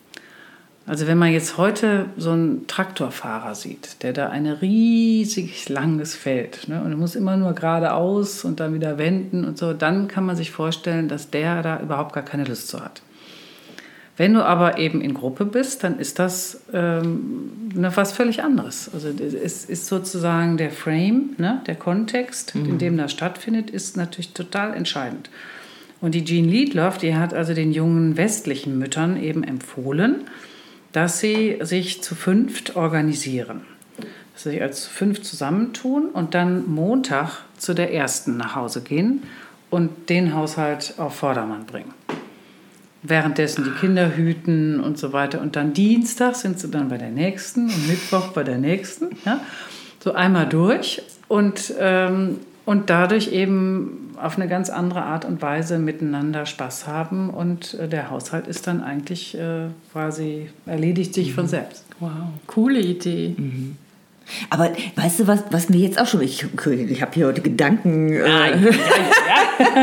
Also wenn man jetzt heute so einen Traktorfahrer sieht, der da ein riesig langes Feld, ne, und er muss immer nur geradeaus und dann wieder wenden und so, dann kann man sich vorstellen, dass der da überhaupt gar keine Lust zu hat. Wenn du aber eben in Gruppe bist, dann ist das ähm, ne, was völlig anderes. Also es ist sozusagen der Frame, ne, der Kontext, mhm. in dem das stattfindet, ist natürlich total entscheidend. Und die Jean Liedloff, die hat also den jungen westlichen Müttern eben empfohlen, dass sie sich zu fünft organisieren. Dass sie sich als fünf zusammentun und dann Montag zu der ersten nach Hause gehen und den Haushalt auf Vordermann bringen. Währenddessen die Kinder hüten und so weiter. Und dann Dienstag sind sie dann bei der nächsten und Mittwoch bei der nächsten. Ja? So einmal durch und, ähm, und dadurch eben auf eine ganz andere Art und Weise miteinander Spaß haben. Und äh, der Haushalt ist dann eigentlich äh, quasi, erledigt sich mhm. von selbst. Wow, coole Idee. Mhm. Aber weißt du, was, was mir jetzt auch schon, ich, ich habe hier heute Gedanken... Äh, ah, ja, ja, ja.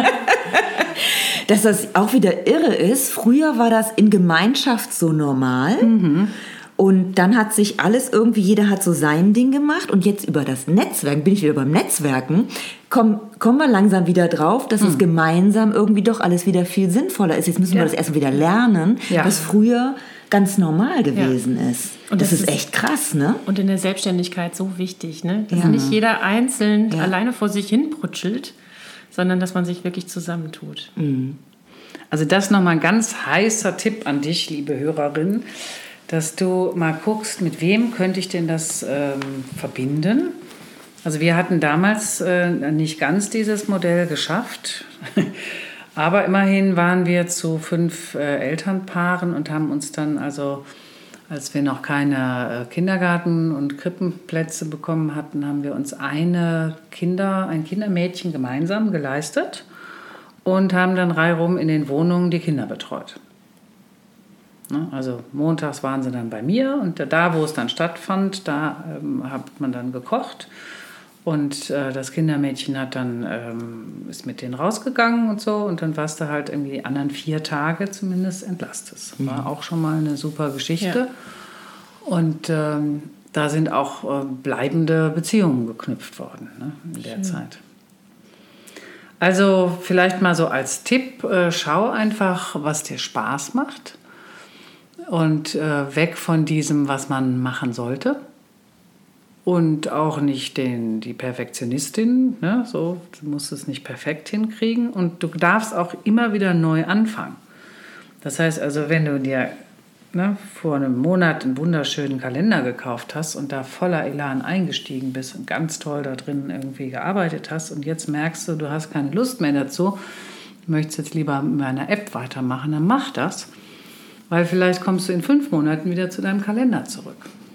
Dass das auch wieder irre ist. Früher war das in Gemeinschaft so normal. Mhm. Und dann hat sich alles irgendwie, jeder hat so sein Ding gemacht. Und jetzt über das Netzwerk, bin ich wieder beim Netzwerken, komm, kommen wir langsam wieder drauf, dass mhm. es gemeinsam irgendwie doch alles wieder viel sinnvoller ist. Jetzt müssen ja. wir das erstmal wieder lernen, ja. was früher ganz normal gewesen ja. ist. Und das, das ist echt krass, ne? Und in der Selbstständigkeit so wichtig, ne? Dass ja. nicht jeder einzeln ja. alleine vor sich hin brutschelt, sondern dass man sich wirklich zusammentut. Mhm. Also das nochmal ein ganz heißer Tipp an dich, liebe Hörerin, dass du mal guckst, mit wem könnte ich denn das ähm, verbinden. Also wir hatten damals äh, nicht ganz dieses Modell geschafft, aber immerhin waren wir zu fünf äh, Elternpaaren und haben uns dann also, als wir noch keine äh, Kindergarten- und Krippenplätze bekommen hatten, haben wir uns eine Kinder, ein Kindermädchen gemeinsam geleistet und haben dann reihum in den Wohnungen die Kinder betreut. Also montags waren sie dann bei mir und da, wo es dann stattfand, da ähm, hat man dann gekocht und äh, das Kindermädchen hat dann, ähm, ist mit denen rausgegangen und so und dann warst du halt irgendwie die anderen vier Tage zumindest entlastet. Das war mhm. auch schon mal eine super Geschichte ja. und ähm, da sind auch äh, bleibende Beziehungen geknüpft worden, ne, in der Schön. Zeit. Also vielleicht mal so als Tipp, äh, schau einfach, was dir Spaß macht. Und äh, weg von diesem, was man machen sollte. Und auch nicht den, die Perfektionistin. Ne? So, du musst es nicht perfekt hinkriegen. Und du darfst auch immer wieder neu anfangen. Das heißt also, wenn du dir ne, vor einem Monat einen wunderschönen Kalender gekauft hast und da voller Elan eingestiegen bist und ganz toll da drin irgendwie gearbeitet hast und jetzt merkst du, du hast keine Lust mehr dazu, du möchtest jetzt lieber mit einer App weitermachen, dann mach das. Weil vielleicht kommst du in fünf Monaten wieder zu deinem Kalender zurück.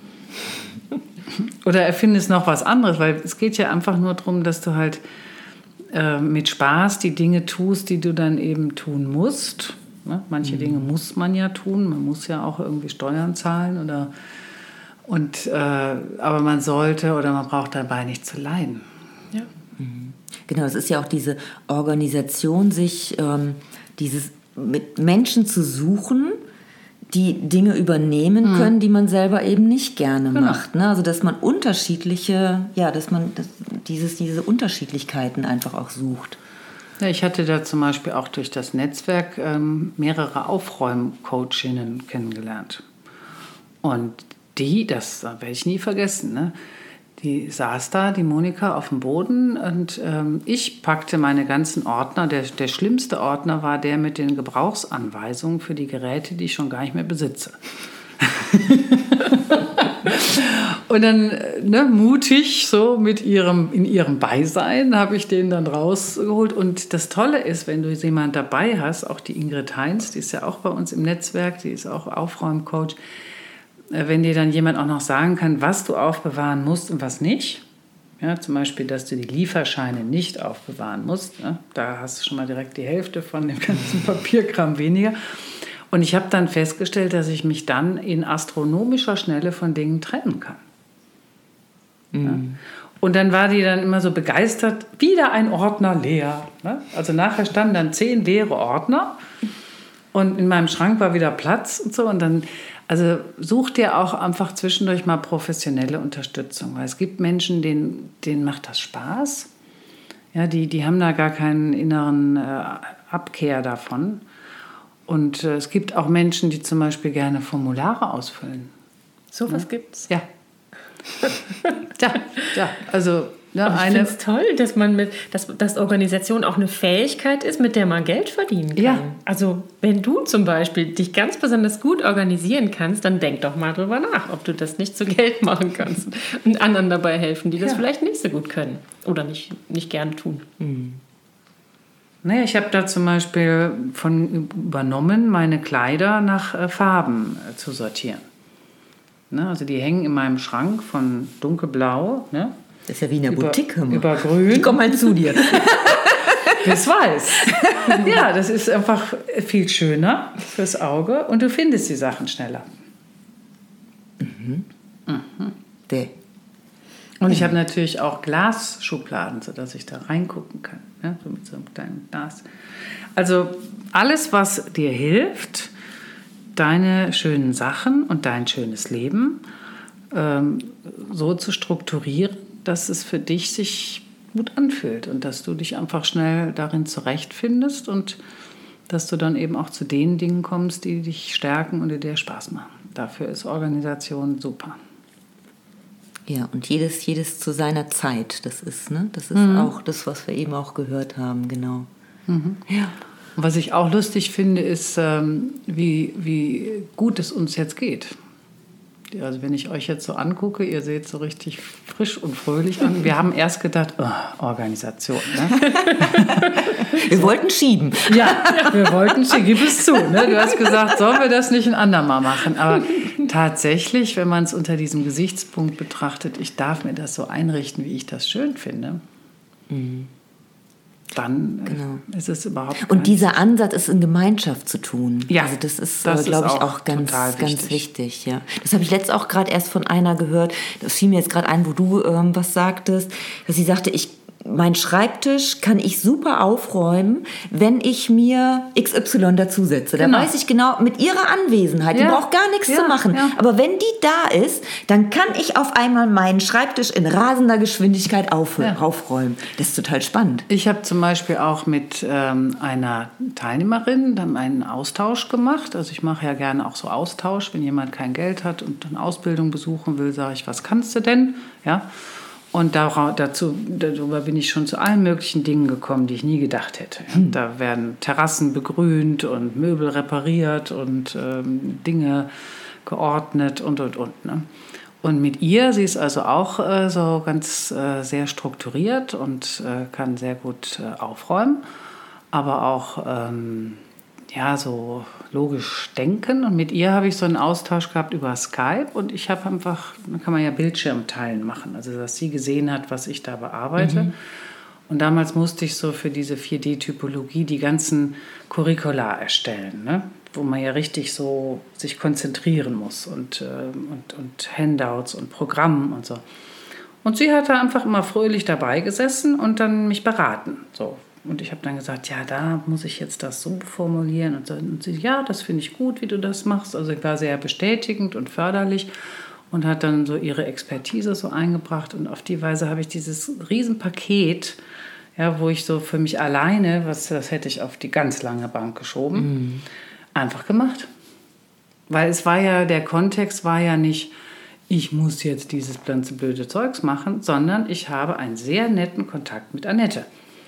Oder erfindest noch was anderes, weil es geht ja einfach nur darum, dass du halt äh, mit Spaß die Dinge tust, die du dann eben tun musst. Ne? Manche mhm. Dinge muss man ja tun, man muss ja auch irgendwie Steuern zahlen oder und äh, aber man sollte oder man braucht dabei nicht zu leiden. Ja. Mhm. Genau, es ist ja auch diese Organisation, sich ähm, dieses mit Menschen zu suchen, die Dinge übernehmen können, mhm. die man selber eben nicht gerne genau. macht. Ne? Also dass man unterschiedliche, ja, dass man das, dieses, diese Unterschiedlichkeiten einfach auch sucht. Ja, ich hatte da zum Beispiel auch durch das Netzwerk ähm, mehrere Aufräumcoachinnen kennengelernt. Und die, das werde ich nie vergessen, ne? Die saß da, die Monika, auf dem Boden und ähm, ich packte meine ganzen Ordner. Der, der schlimmste Ordner war der mit den Gebrauchsanweisungen für die Geräte, die ich schon gar nicht mehr besitze. Und dann, ne, mutig, so mit ihrem, in ihrem Beisein, habe ich den dann rausgeholt. Und das Tolle ist, wenn du jemanden dabei hast, auch die Ingrid Heinz, die ist ja auch bei uns im Netzwerk, die ist auch Aufräumcoach, wenn dir dann jemand auch noch sagen kann, was du aufbewahren musst und was nicht. Ja, zum Beispiel, dass du die Lieferscheine nicht aufbewahren musst. Ja, da hast du schon mal direkt die Hälfte von dem ganzen Papierkram weniger. Und ich habe dann festgestellt, dass ich mich dann in astronomischer Schnelle von Dingen trennen kann. Mhm. Ja. Und dann war die dann immer so begeistert, wieder ein Ordner leer. Ne? Also nachher standen dann zehn leere Ordner und in meinem Schrank war wieder Platz und so. Und dann, also such dir auch einfach zwischendurch mal professionelle Unterstützung. Weil es gibt Menschen, denen, denen macht das Spaß. Ja, die, die haben da gar keinen inneren äh, Abkehr davon. Und äh, es gibt auch Menschen, die zum Beispiel gerne Formulare ausfüllen. So was ja? gibt's? Ja. ja, ja, also ja, Aber ich finde es toll, dass man mit, dass, dass Organisation auch eine Fähigkeit ist, mit der man Geld verdienen kann. Ja. Also wenn du zum Beispiel dich ganz besonders gut organisieren kannst, dann denk doch mal drüber nach, ob du das nicht zu Geld machen kannst und anderen dabei helfen, die das ja. vielleicht nicht so gut können oder nicht, nicht gerne tun. Mhm. Naja, ich habe da zum Beispiel von übernommen, meine Kleider nach äh, Farben äh, zu sortieren. Ne, also die hängen in meinem Schrank von dunkelblau. Ne, das ist ja wie in der über, Boutique. Immer. Über grün. Die kommen halt zu dir. Bis weiß. Ja, das ist einfach viel schöner fürs Auge und du findest die Sachen schneller. Mhm. Mhm. De. Und ich habe natürlich auch Glasschubladen, sodass ich da reingucken kann. Ja, so mit so einem kleinen Glas. Also alles, was dir hilft, deine schönen Sachen und dein schönes Leben ähm, so zu strukturieren, dass es für dich sich gut anfühlt und dass du dich einfach schnell darin zurechtfindest und dass du dann eben auch zu den Dingen kommst, die dich stärken und die dir Spaß machen. Dafür ist Organisation super. Ja, und jedes, jedes zu seiner Zeit, das ist, ne? Das ist mhm. auch das, was wir eben auch gehört haben, genau. Mhm. Ja. Was ich auch lustig finde, ist, ähm, wie, wie gut es uns jetzt geht. Also wenn ich euch jetzt so angucke, ihr seht so richtig frisch und fröhlich an. Wir haben erst gedacht, oh, Organisation. Ne? Wir so. wollten schieben. Ja, wir wollten schieben. Gib es zu. Ne? Du hast gesagt, sollen wir das nicht ein andermal machen? Aber tatsächlich, wenn man es unter diesem Gesichtspunkt betrachtet, ich darf mir das so einrichten, wie ich das schön finde, mhm. dann genau. ist es überhaupt Und dieser Ansatz ist in Gemeinschaft zu tun. Ja, also das ist, das glaube ich, auch, auch ganz, ganz wichtig. Ja. Das habe ich letztens auch gerade erst von einer gehört. Das fiel mir jetzt gerade ein, wo du ähm, was sagtest, dass sie sagte, ich mein Schreibtisch kann ich super aufräumen, wenn ich mir X Y dazusetze. Da genau. weiß ich genau, mit ihrer Anwesenheit, ja. die braucht gar nichts ja, zu machen. Ja. Aber wenn die da ist, dann kann ich auf einmal meinen Schreibtisch in rasender Geschwindigkeit auf, ja. aufräumen. Das ist total spannend. Ich habe zum Beispiel auch mit ähm, einer Teilnehmerin dann einen Austausch gemacht. Also ich mache ja gerne auch so Austausch, wenn jemand kein Geld hat und eine Ausbildung besuchen will, sage ich, was kannst du denn? Ja. Und dazu, darüber bin ich schon zu allen möglichen Dingen gekommen, die ich nie gedacht hätte. Hm. Da werden Terrassen begrünt und Möbel repariert und ähm, Dinge geordnet und, und, und. Ne? Und mit ihr, sie ist also auch äh, so ganz äh, sehr strukturiert und äh, kann sehr gut äh, aufräumen, aber auch ähm, ja, so logisch denken. Und mit ihr habe ich so einen Austausch gehabt über Skype und ich habe einfach, da kann man ja Bildschirmteilen machen, also dass sie gesehen hat, was ich da bearbeite. Mhm. Und damals musste ich so für diese vier D-Typologie die ganzen Curricula erstellen, ne? Wo man ja richtig so sich konzentrieren muss und, äh, und, und Handouts und Programmen und so. Und sie hat da einfach immer fröhlich dabei gesessen und dann mich beraten, so. Und ich habe dann gesagt, ja, da muss ich jetzt das so formulieren. Und, so. Und sie, ja, das finde ich gut, wie du das machst. Also ich war sehr bestätigend und förderlich und hat dann so ihre Expertise so eingebracht. Und auf die Weise habe ich dieses Riesenpaket, ja, wo ich so für mich alleine, was, das hätte ich auf die ganz lange Bank geschoben, mhm. einfach gemacht. Weil es war ja, der Kontext war ja nicht, ich muss jetzt dieses blöde Zeugs machen, sondern ich habe einen sehr netten Kontakt mit Annette.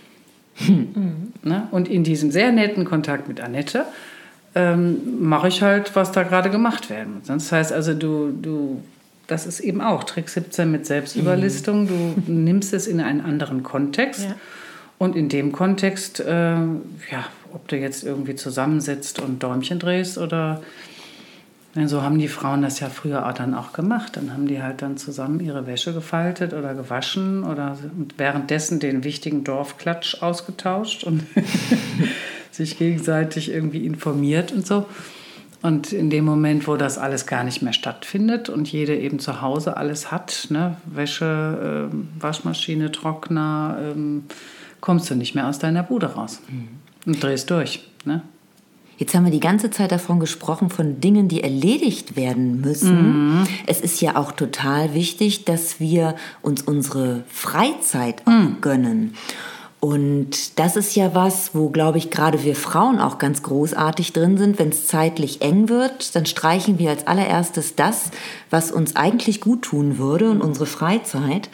Mhm. Ne? Und in diesem sehr netten Kontakt mit Annette ähm, mache ich halt, was da gerade gemacht werden muss. Das heißt also, du, du das ist eben auch Trick siebzehn mit Selbstüberlistung. Du nimmst es in einen anderen Kontext. Ja. Und in dem Kontext, äh, ja, ob du jetzt irgendwie zusammensitzt und Däumchen drehst oder... So haben die Frauen das ja früher auch dann auch gemacht. Dann haben die halt dann zusammen ihre Wäsche gefaltet oder gewaschen oder währenddessen den wichtigen Dorfklatsch ausgetauscht und sich gegenseitig irgendwie informiert und so. Und in dem Moment, wo das alles gar nicht mehr stattfindet und jede eben zu Hause alles hat, ne, Wäsche, äh, Waschmaschine, Trockner, äh, kommst du nicht mehr aus deiner Bude raus und drehst durch, ne? Jetzt haben wir die ganze Zeit davon gesprochen, von Dingen, die erledigt werden müssen. Mhm. Es ist ja auch total wichtig, dass wir uns unsere Freizeit auch mhm. gönnen. Und das ist ja was, wo, glaube ich, gerade wir Frauen auch ganz großartig drin sind. Wenn es zeitlich eng wird, dann streichen wir als allererstes das, was uns eigentlich gut tun würde und unsere Freizeit.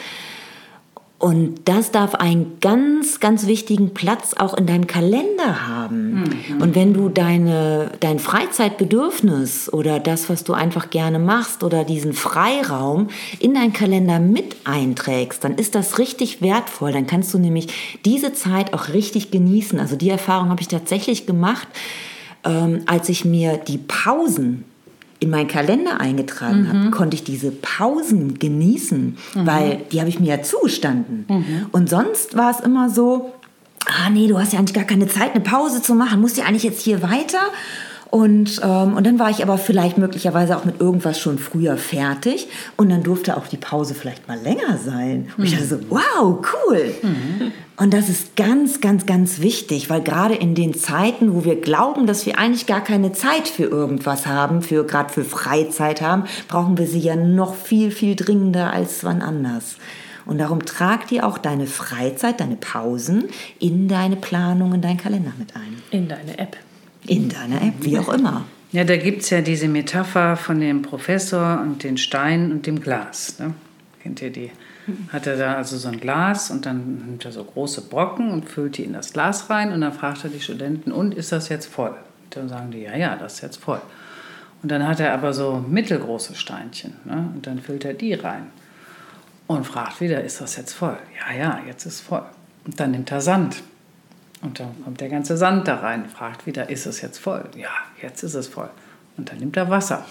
Und das darf einen ganz, ganz wichtigen Platz auch in deinem Kalender haben. Mhm. Und wenn du deine, dein Freizeitbedürfnis oder das, was du einfach gerne machst oder diesen Freiraum in deinen Kalender mit einträgst, dann ist das richtig wertvoll. Dann kannst du nämlich diese Zeit auch richtig genießen. Also die Erfahrung habe ich tatsächlich gemacht, ähm, als ich mir die Pausen in meinen Kalender eingetragen mhm. habe, konnte ich diese Pausen genießen, mhm. weil die habe ich mir ja zugestanden. Mhm. Und sonst war es immer so, ah nee, du hast ja eigentlich gar keine Zeit, eine Pause zu machen, musst ja eigentlich jetzt hier weiter. Und, ähm, und dann war ich aber vielleicht möglicherweise auch mit irgendwas schon früher fertig und dann durfte auch die Pause vielleicht mal länger sein. Und mhm. ich dachte so, wow, cool. Mhm. Und das ist ganz, ganz, ganz wichtig, weil gerade in den Zeiten, wo wir glauben, dass wir eigentlich gar keine Zeit für irgendwas haben, für gerade für Freizeit haben, brauchen wir sie ja noch viel, viel dringender als wann anders. Und darum trag dir auch deine Freizeit, deine Pausen in deine Planung, in deinen Kalender mit ein. In deine App. In deiner App, wie auch immer. Ja, da gibt es ja diese Metapher von dem Professor und den Steinen und dem Glas. Ne? Kennt ihr die? Hat er da also so ein Glas und dann nimmt er so große Brocken und füllt die in das Glas rein und dann fragt er die Studenten, und ist das jetzt voll? Und dann sagen die, ja, ja, das ist jetzt voll. Und dann hat er aber so mittelgroße Steinchen, ne? Und dann füllt er die rein und fragt wieder, ist das jetzt voll? Ja, ja, jetzt ist voll. Und dann nimmt er Sand. Und dann kommt der ganze Sand da rein, fragt wieder, ist es jetzt voll? Ja, jetzt ist es voll. Und dann nimmt er Wasser.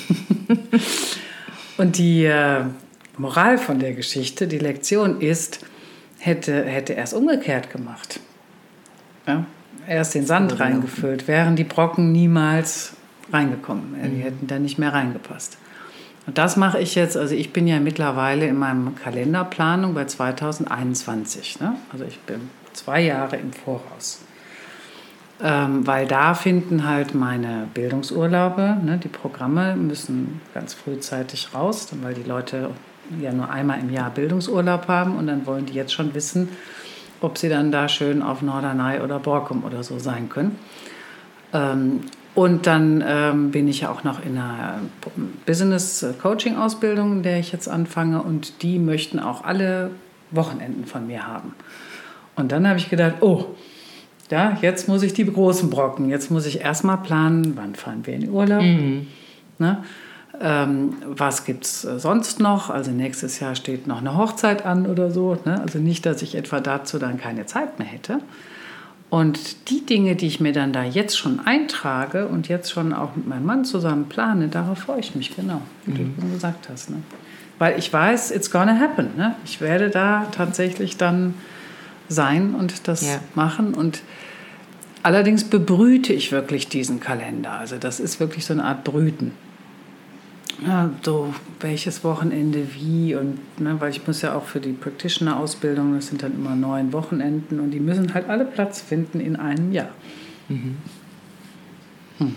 Und die äh, Moral von der Geschichte, die Lektion ist, hätte, hätte er es umgekehrt gemacht. Ja? Erst den Sand oh, reingefüllt, wären die Brocken niemals reingekommen. Mhm. Die hätten da nicht mehr reingepasst. Und das mache ich jetzt, also ich bin ja mittlerweile in meinem Kalenderplanung bei zweitausendeinundzwanzig. Ne? Also ich bin zwei Jahre im Voraus. Ähm, weil da finden halt meine Bildungsurlaube, ne, die Programme müssen ganz frühzeitig raus, weil die Leute ja nur einmal im Jahr Bildungsurlaub haben und dann wollen die jetzt schon wissen, ob sie dann da schön auf Norderney oder Borkum oder so sein können. Ähm, und dann ähm, bin ich ja auch noch in einer Business-Coaching-Ausbildung, in der ich jetzt anfange, und die möchten auch alle Wochenenden von mir haben. Und dann habe ich gedacht, oh, ja, jetzt muss ich die großen Brocken, jetzt muss ich erstmal planen, wann fahren wir in den Urlaub, mhm. ne? ähm, was gibt es sonst noch, also nächstes Jahr steht noch eine Hochzeit an oder so, ne? Also nicht, dass ich etwa dazu dann keine Zeit mehr hätte. Und die Dinge, die ich mir dann da jetzt schon eintrage und jetzt schon auch mit meinem Mann zusammen plane, darauf freue ich mich, genau, wie mhm. du schon gesagt hast. Ne? Weil ich weiß, it's gonna happen. Ne? Ich werde da tatsächlich dann sein und das ja. machen. Und allerdings bebrüte ich wirklich diesen Kalender. Also das ist wirklich so eine Art Brüten. Ja, so welches Wochenende wie und ne, weil ich muss ja auch für die Practitioner-Ausbildung, das sind dann immer neun Wochenenden und die müssen halt alle Platz finden in einem Jahr. Mhm. Mhm.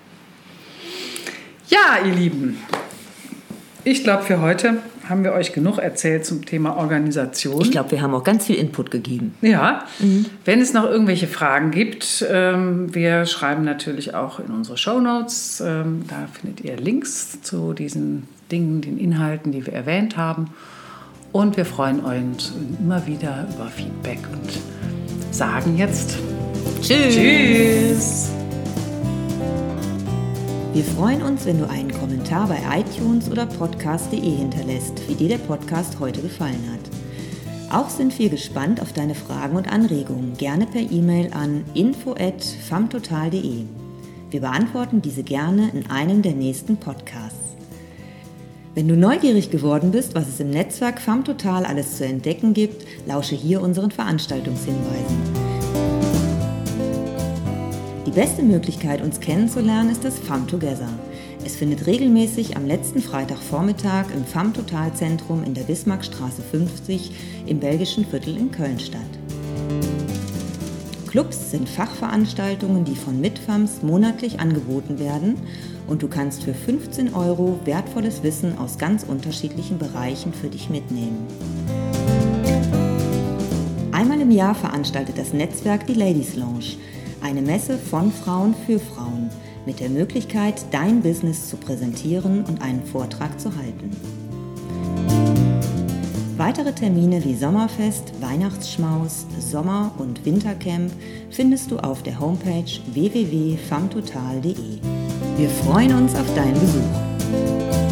Ja, ihr Lieben, ich glaube, für heute haben wir euch genug erzählt zum Thema Organisation. Ich glaube, wir haben auch ganz viel Input gegeben. Ja, mhm. Wenn es noch irgendwelche Fragen gibt, ähm, wir schreiben natürlich auch in unsere Shownotes. Ähm, da findet ihr Links zu diesen Dingen, den Inhalten, die wir erwähnt haben. Und wir freuen uns immer wieder über Feedback und sagen jetzt Tschüss. Tschüss. Wir freuen uns, wenn du einen Kommentar bei iTunes oder podcast punkt de hinterlässt, wie dir der Podcast heute gefallen hat. Auch sind wir gespannt auf deine Fragen und Anregungen, gerne per E-Mail an info at femtotal punkt de. Wir beantworten diese gerne in einem der nächsten Podcasts. Wenn du neugierig geworden bist, was es im Netzwerk Femtotal alles zu entdecken gibt, lausche hier unseren Veranstaltungshinweisen. Die beste Möglichkeit, uns kennenzulernen, ist das Femtogether. Es findet regelmäßig am letzten Freitagvormittag im Femtotal-Zentrum in der Bismarckstraße fünfzig im belgischen Viertel in Köln statt. Clubs sind Fachveranstaltungen, die von Mitfems monatlich angeboten werden, und du kannst für fünfzehn Euro wertvolles Wissen aus ganz unterschiedlichen Bereichen für dich mitnehmen. Einmal im Jahr veranstaltet das Netzwerk die Ladies Lounge, eine Messe von Frauen für Frauen, mit der Möglichkeit, dein Business zu präsentieren und einen Vortrag zu halten. Weitere Termine wie Sommerfest, Weihnachtsschmaus, Sommer- und Wintercamp findest du auf der Homepage w w w punkt femtotal punkt de. Wir freuen uns auf deinen Besuch.